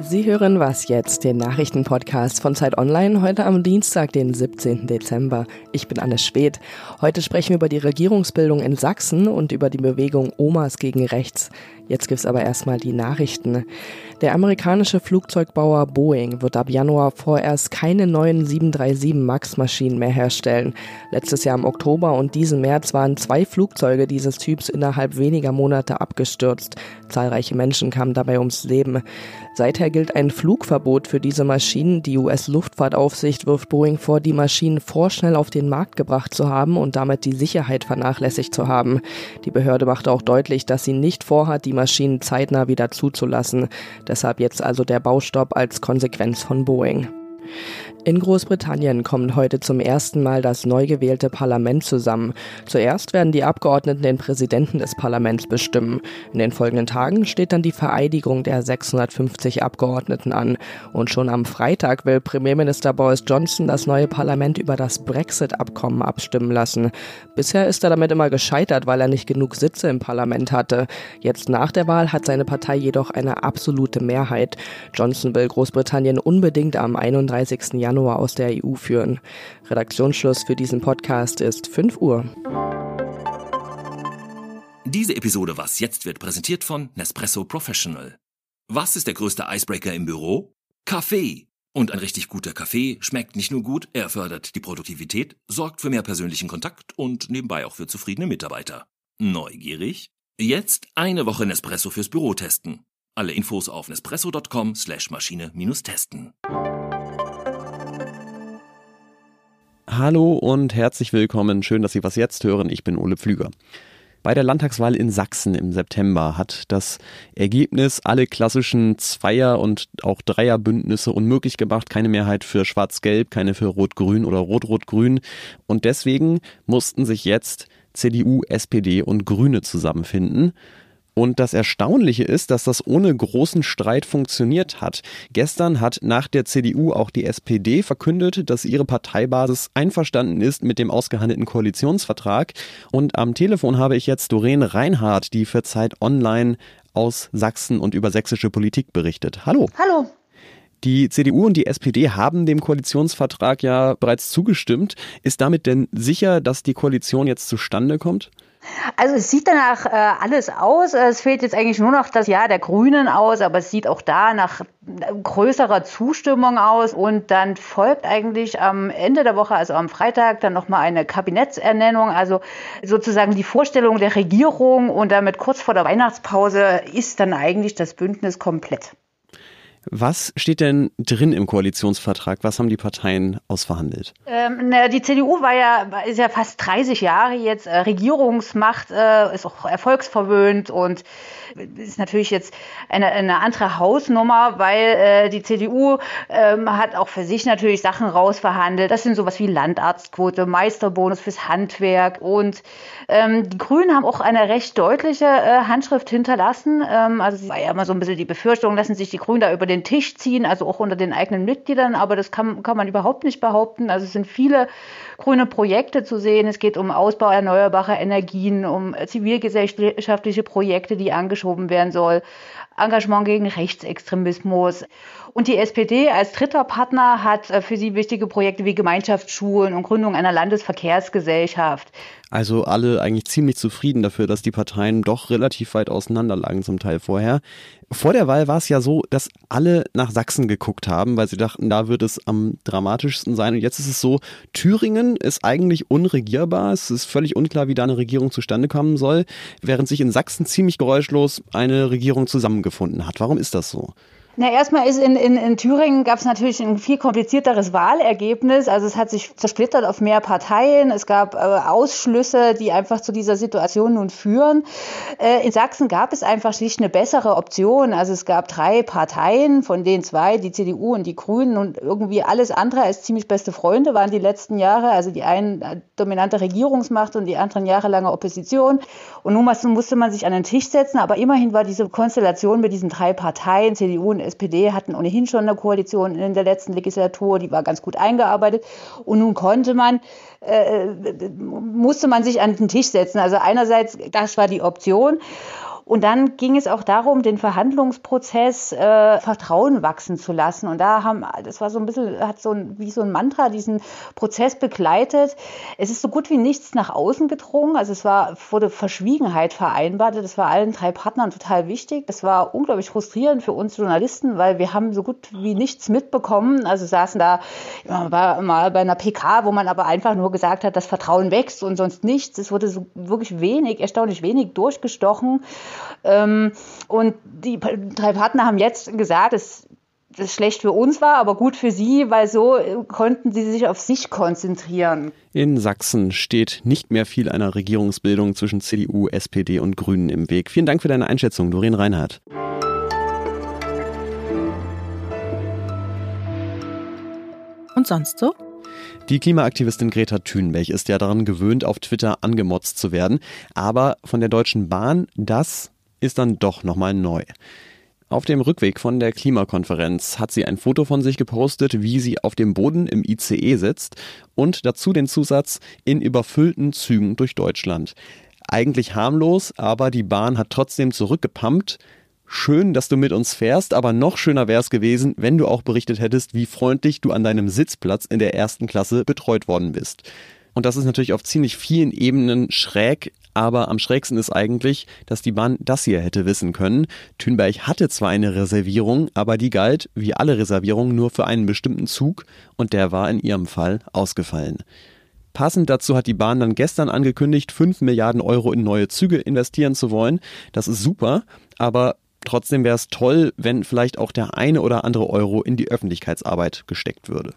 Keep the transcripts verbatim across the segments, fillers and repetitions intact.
Sie hören Was jetzt, den Nachrichtenpodcast von Zeit Online, heute am Dienstag, den siebzehnten Dezember. Ich bin Anne Schwedt. Heute sprechen wir über die Regierungsbildung in Sachsen und über die Bewegung Omas gegen Rechts. Jetzt gibt's aber erstmal die Nachrichten. Der amerikanische Flugzeugbauer Boeing wird ab Januar vorerst keine neuen sieben drei sieben Max-Maschinen mehr herstellen. Letztes Jahr im Oktober und diesen März waren zwei Flugzeuge dieses Typs innerhalb weniger Monate abgestürzt. Zahlreiche Menschen kamen dabei ums Leben. Seither gilt ein Flugverbot für diese Maschinen. Die U S-Luftfahrtaufsicht wirft Boeing vor, die Maschinen vorschnell auf den Markt gebracht zu haben und damit die Sicherheit vernachlässigt zu haben. Die Behörde machte auch deutlich, dass sie nicht vorhat, die Maschinen zeitnah wieder zuzulassen. Deshalb jetzt also der Baustopp als Konsequenz von Boeing. In Großbritannien kommt heute zum ersten Mal das neu gewählte Parlament zusammen. Zuerst werden die Abgeordneten den Präsidenten des Parlaments bestimmen. In den folgenden Tagen steht dann die Vereidigung der sechshundertfünfzig Abgeordneten an. Und schon am Freitag will Premierminister Boris Johnson das neue Parlament über das Brexit-Abkommen abstimmen lassen. Bisher ist er damit immer gescheitert, weil er nicht genug Sitze im Parlament hatte. Jetzt nach der Wahl hat seine Partei jedoch eine absolute Mehrheit. Johnson will Großbritannien unbedingt am einunddreißigsten Januar aus der E U führen. Redaktionsschluss für diesen Podcast ist fünf Uhr. Diese Episode Was jetzt wird präsentiert von Nespresso Professional. Was ist der größte Icebreaker im Büro? Kaffee. Und ein richtig guter Kaffee schmeckt nicht nur gut, er fördert die Produktivität, sorgt für mehr persönlichen Kontakt und nebenbei auch für zufriedene Mitarbeiter. Neugierig? Jetzt eine Woche Nespresso fürs Büro testen. Alle Infos auf nespresso.com slash Maschine minus testen. Hallo und herzlich willkommen. Schön, dass Sie was jetzt hören. Ich bin Ole Pflüger. Bei der Landtagswahl in Sachsen im September hat das Ergebnis alle klassischen Zweier- und auch Dreierbündnisse unmöglich gemacht. Keine Mehrheit für Schwarz-Gelb, keine für Rot-Grün oder Rot-Rot-Grün. Und deswegen mussten sich jetzt C D U, S P D und Grüne zusammenfinden. Und das Erstaunliche ist, dass das ohne großen Streit funktioniert hat. Gestern hat nach der C D U auch die S P D verkündet, dass ihre Parteibasis einverstanden ist mit dem ausgehandelten Koalitionsvertrag. Und am Telefon habe ich jetzt Doreen Reinhardt, die für Zeit Online aus Sachsen und über sächsische Politik berichtet. Hallo. Hallo. Die C D U und die S P D haben dem Koalitionsvertrag ja bereits zugestimmt. Ist damit denn sicher, dass die Koalition jetzt zustande kommt? Also es sieht danach äh, alles aus. Es fehlt jetzt eigentlich nur noch das Ja der Grünen aus, aber es sieht auch da nach größerer Zustimmung aus. Und dann folgt eigentlich am Ende der Woche, also am Freitag, dann nochmal eine Kabinettsernennung. Also sozusagen die Vorstellung der Regierung und damit kurz vor der Weihnachtspause ist dann eigentlich das Bündnis komplett. Was steht denn drin im Koalitionsvertrag? Was haben die Parteien ausverhandelt? Ähm, na, die C D U war ja, ist ja fast dreißig Jahre jetzt äh, Regierungsmacht, äh, ist auch erfolgsverwöhnt und ist natürlich jetzt eine, eine andere Hausnummer, weil äh, die C D U ähm, hat auch für sich natürlich Sachen rausverhandelt. Das sind sowas wie Landarztquote, Meisterbonus fürs Handwerk und ähm, die Grünen haben auch eine recht deutliche äh, Handschrift hinterlassen. Ähm, also es war ja immer so ein bisschen die Befürchtung, lassen sich die Grünen da über den Tisch ziehen, also auch unter den eigenen Mitgliedern, aber das kann, kann man überhaupt nicht behaupten. Also es sind viele grüne Projekte zu sehen. Es geht um Ausbau erneuerbarer Energien, um zivilgesellschaftliche Projekte, die angeschoben werden soll, Engagement gegen Rechtsextremismus. Und die S P D als dritter Partner hat für sie wichtige Projekte wie Gemeinschaftsschulen und Gründung einer Landesverkehrsgesellschaft. Also alle eigentlich ziemlich zufrieden dafür, dass die Parteien doch relativ weit auseinander lagen zum Teil vorher. Vor der Wahl war es ja so, dass alle nach Sachsen geguckt haben, weil sie dachten, da wird es am dramatischsten sein. Und jetzt ist es so, Thüringen ist eigentlich unregierbar. Es ist völlig unklar, wie da eine Regierung zustande kommen soll, während sich in Sachsen ziemlich geräuschlos eine Regierung zusammengefunden hat. Warum ist das so? Na, erstmal ist in, in, in Thüringen gab es natürlich ein viel komplizierteres Wahlergebnis. Also es hat sich zersplittert auf mehr Parteien. Es gab äh, Ausschlüsse, die einfach zu dieser Situation nun führen. Äh, in Sachsen gab es einfach schlicht eine bessere Option. Also es gab drei Parteien, von denen zwei, die C D U und die Grünen, und irgendwie alles andere als ziemlich beste Freunde waren die letzten Jahre. Also die einen äh, dominante Regierungsmacht und die anderen jahrelange Opposition. Und nun musste man sich an den Tisch setzen. Aber immerhin war diese Konstellation mit diesen drei Parteien, C D U und S P D, hatten ohnehin schon eine Koalition in der letzten Legislatur, die war ganz gut eingearbeitet. Und nun konnte man, äh, musste man sich an den Tisch setzen. Also einerseits, das war die Option. Und dann ging es auch darum, den Verhandlungsprozess äh, Vertrauen wachsen zu lassen. Und da haben, das war so ein bisschen, hat so ein, wie so ein Mantra diesen Prozess begleitet. Es ist so gut wie nichts nach außen gedrungen. Also es war, wurde Verschwiegenheit vereinbart. Das war allen drei Partnern total wichtig. Das war unglaublich frustrierend für uns Journalisten, weil wir haben so gut wie nichts mitbekommen. Also saßen da, war mal bei einer P K, wo man aber einfach nur gesagt hat, das Vertrauen wächst und sonst nichts. Es wurde so wirklich wenig, erstaunlich wenig durchgestochen. Und die drei Partner haben jetzt gesagt, dass das schlecht für uns war, aber gut für sie, weil so konnten sie sich auf sich konzentrieren. In Sachsen steht nicht mehr viel einer Regierungsbildung zwischen C D U, S P D und Grünen im Weg. Vielen Dank für deine Einschätzung, Doreen Reinhardt. Und sonst so? Die Klimaaktivistin Greta Thunberg ist ja daran gewöhnt, auf Twitter angemotzt zu werden. Aber von der Deutschen Bahn, das ist dann doch nochmal neu. Auf dem Rückweg von der Klimakonferenz hat sie ein Foto von sich gepostet, wie sie auf dem Boden im I C E sitzt und dazu den Zusatz in überfüllten Zügen durch Deutschland. Eigentlich harmlos, aber die Bahn hat trotzdem zurückgepumpt. Schön, dass du mit uns fährst, aber noch schöner wäre es gewesen, wenn du auch berichtet hättest, wie freundlich du an deinem Sitzplatz in der ersten Klasse betreut worden bist. Und das ist natürlich auf ziemlich vielen Ebenen schräg, aber am schrägsten ist eigentlich, dass die Bahn das hier hätte wissen können. Thunberg hatte zwar eine Reservierung, aber die galt, wie alle Reservierungen, nur für einen bestimmten Zug und der war in ihrem Fall ausgefallen. Passend dazu hat die Bahn dann gestern angekündigt, fünf Milliarden Euro in neue Züge investieren zu wollen. Das ist super, aber trotzdem wäre es toll, wenn vielleicht auch der eine oder andere Euro in die Öffentlichkeitsarbeit gesteckt würde.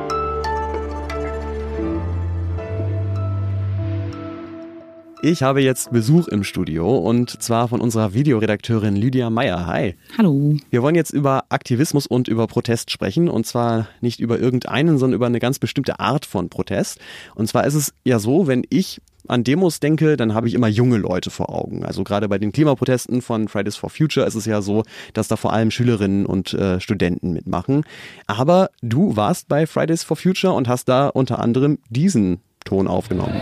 Ich habe jetzt Besuch im Studio und zwar von unserer Videoredakteurin Lydia Meyer. Hi. Hallo. Wir wollen jetzt über Aktivismus und über Protest sprechen und zwar nicht über irgendeinen, sondern über eine ganz bestimmte Art von Protest. Und zwar ist es ja so, wenn ich an Demos denke, dann habe ich immer junge Leute vor Augen. Also gerade bei den Klimaprotesten von Fridays for Future ist es ja so, dass da vor allem Schülerinnen und äh, Studenten mitmachen. Aber du warst bei Fridays for Future und hast da unter anderem diesen Ton aufgenommen.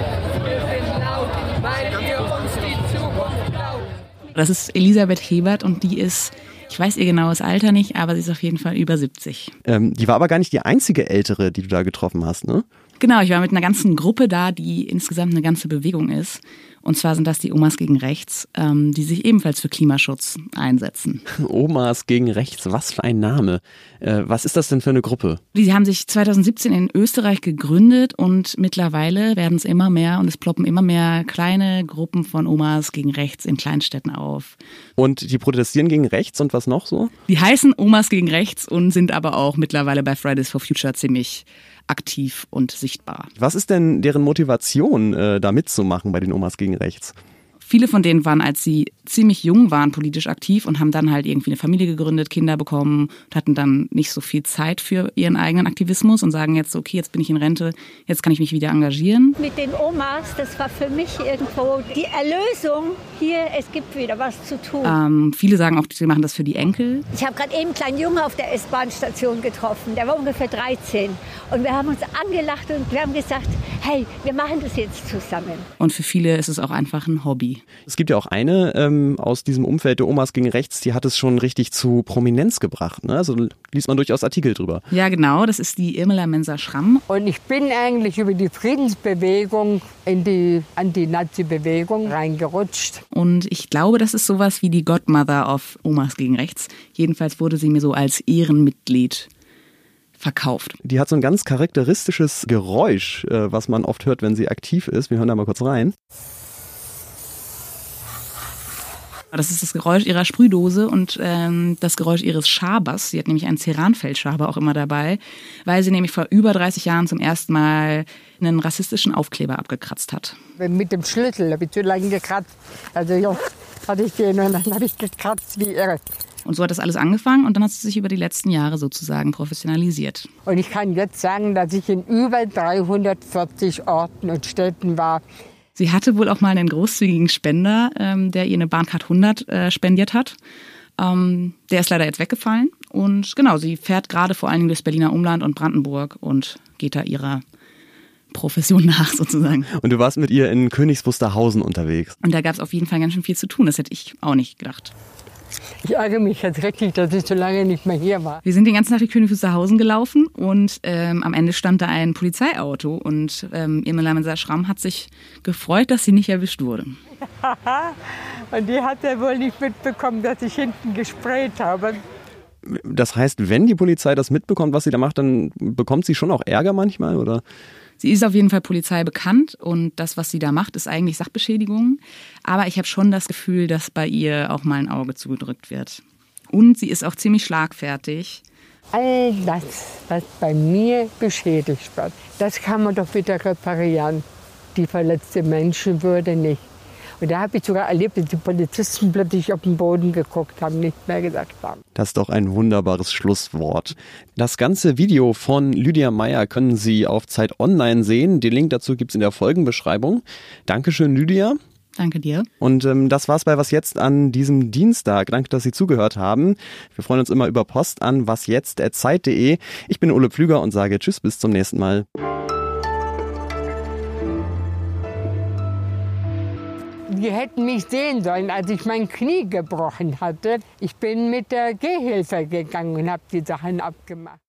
Das ist Elisabeth Hebert und die ist, ich weiß ihr genaues Alter nicht, aber sie ist auf jeden Fall über siebzig. Ähm, die war aber gar nicht die einzige Ältere, die du da getroffen hast, ne? Genau, ich war mit einer ganzen Gruppe da, die insgesamt eine ganze Bewegung ist. Und zwar sind das die Omas gegen Rechts, ähm, die sich ebenfalls für Klimaschutz einsetzen. Omas gegen Rechts, was für ein Name. Äh, was ist das denn für eine Gruppe? Die haben sich zwanzig siebzehn in Österreich gegründet und mittlerweile werden es immer mehr und es ploppen immer mehr kleine Gruppen von Omas gegen Rechts in Kleinstädten auf. Und die protestieren gegen Rechts und was noch so? Die heißen Omas gegen Rechts und sind aber auch mittlerweile bei Fridays for Future ziemlich aktiv und sichtbar. Was ist denn deren Motivation, äh, da mitzumachen bei den Omas gegen Rechts? Viele von denen waren, als sie ziemlich jung waren, politisch aktiv und haben dann halt irgendwie eine Familie gegründet, Kinder bekommen und hatten dann nicht so viel Zeit für ihren eigenen Aktivismus und sagen jetzt, okay, jetzt bin ich in Rente, jetzt kann ich mich wieder engagieren. Mit den Omas, das war für mich irgendwo die Erlösung. Hier, es gibt wieder was zu tun. Ähm, viele sagen auch, sie machen das für die Enkel. Ich habe gerade eben einen kleinen Jungen auf der S-Bahn-Station getroffen, der war ungefähr dreizehn. Und wir haben uns angelacht und wir haben gesagt, hey, wir machen das jetzt zusammen. Und für viele ist es auch einfach ein Hobby. Es gibt ja auch eine ähm, aus diesem Umfeld der Omas gegen Rechts, die hat es schon richtig zu Prominenz gebracht. Ne? Also liest man durchaus Artikel drüber. Ja, genau, das ist die Irmela Mensa-Schramm. Und ich bin eigentlich über die Friedensbewegung in die Anti-Nazi-Bewegung reingerutscht. Und ich glaube, das ist sowas wie die Godmother of Omas gegen Rechts. Jedenfalls wurde sie mir so als Ehrenmitglied verkauft. Die hat so ein ganz charakteristisches Geräusch, äh, was man oft hört, wenn sie aktiv ist. Wir hören da mal kurz rein. Das ist das Geräusch ihrer Sprühdose und ähm, das Geräusch ihres Schabers. Sie hat nämlich einen Ceranfeld-Schaber auch immer dabei, weil sie nämlich vor über dreißig Jahren zum ersten Mal einen rassistischen Aufkleber abgekratzt hat. Mit dem Schlüssel habe ich zu lange gekratzt. Also ja, hatte ich den und dann habe ich gekratzt wie irre. Und so hat das alles angefangen und dann hat sie sich über die letzten Jahre sozusagen professionalisiert. Und ich kann jetzt sagen, dass ich in über dreihundertvierzig Orten und Städten war. Sie hatte wohl auch mal einen großzügigen Spender, ähm, der ihr eine Bahncard hundert äh, spendiert hat. Ähm, der ist leider jetzt weggefallen. Und genau, sie fährt gerade vor allen Dingen durchs Berliner Umland und Brandenburg und geht da ihrer Profession nach sozusagen. Und du warst mit ihr in Königs Wusterhausen unterwegs. Und da gab es auf jeden Fall ganz schön viel zu tun. Das hätte ich auch nicht gedacht. Ich ärgere mich jetzt richtig, dass ich so lange nicht mehr hier war. Wir sind den ganzen Tag durch Königs Wusterhausen gelaufen und ähm, am Ende stand da ein Polizeiauto und ähm, Irmela Mensa-Schramm hat sich gefreut, dass sie nicht erwischt wurde. Und die hat ja wohl nicht mitbekommen, dass ich hinten gesprayt habe. Das heißt, wenn die Polizei das mitbekommt, was sie da macht, dann bekommt sie schon auch Ärger manchmal, oder? Sie ist auf jeden Fall Polizei bekannt und das, was sie da macht, ist eigentlich Sachbeschädigung. Aber ich habe schon das Gefühl, dass bei ihr auch mal ein Auge zugedrückt wird. Und sie ist auch ziemlich schlagfertig. All das, was bei mir beschädigt wird, das kann man doch wieder reparieren. Die verletzte Menschenwürde nicht. Und da habe ich sogar erlebt, dass die Polizisten plötzlich auf den Boden geguckt haben, nicht mehr gesagt haben. Das ist doch ein wunderbares Schlusswort. Das ganze Video von Lydia Meyer können Sie auf Zeit Online sehen. Den Link dazu gibt es in der Folgenbeschreibung. Dankeschön, Lydia. Danke dir. Und ähm, das war's bei Was Jetzt an diesem Dienstag. Danke, dass Sie zugehört haben. Wir freuen uns immer über Post an wasjetzt at zeit punkt de. Ich bin Ole Pflüger und sage Tschüss, bis zum nächsten Mal. Die hätten mich sehen sollen, als ich mein Knie gebrochen hatte. Ich bin mit der Gehhilfe gegangen und habe die Sachen abgemacht.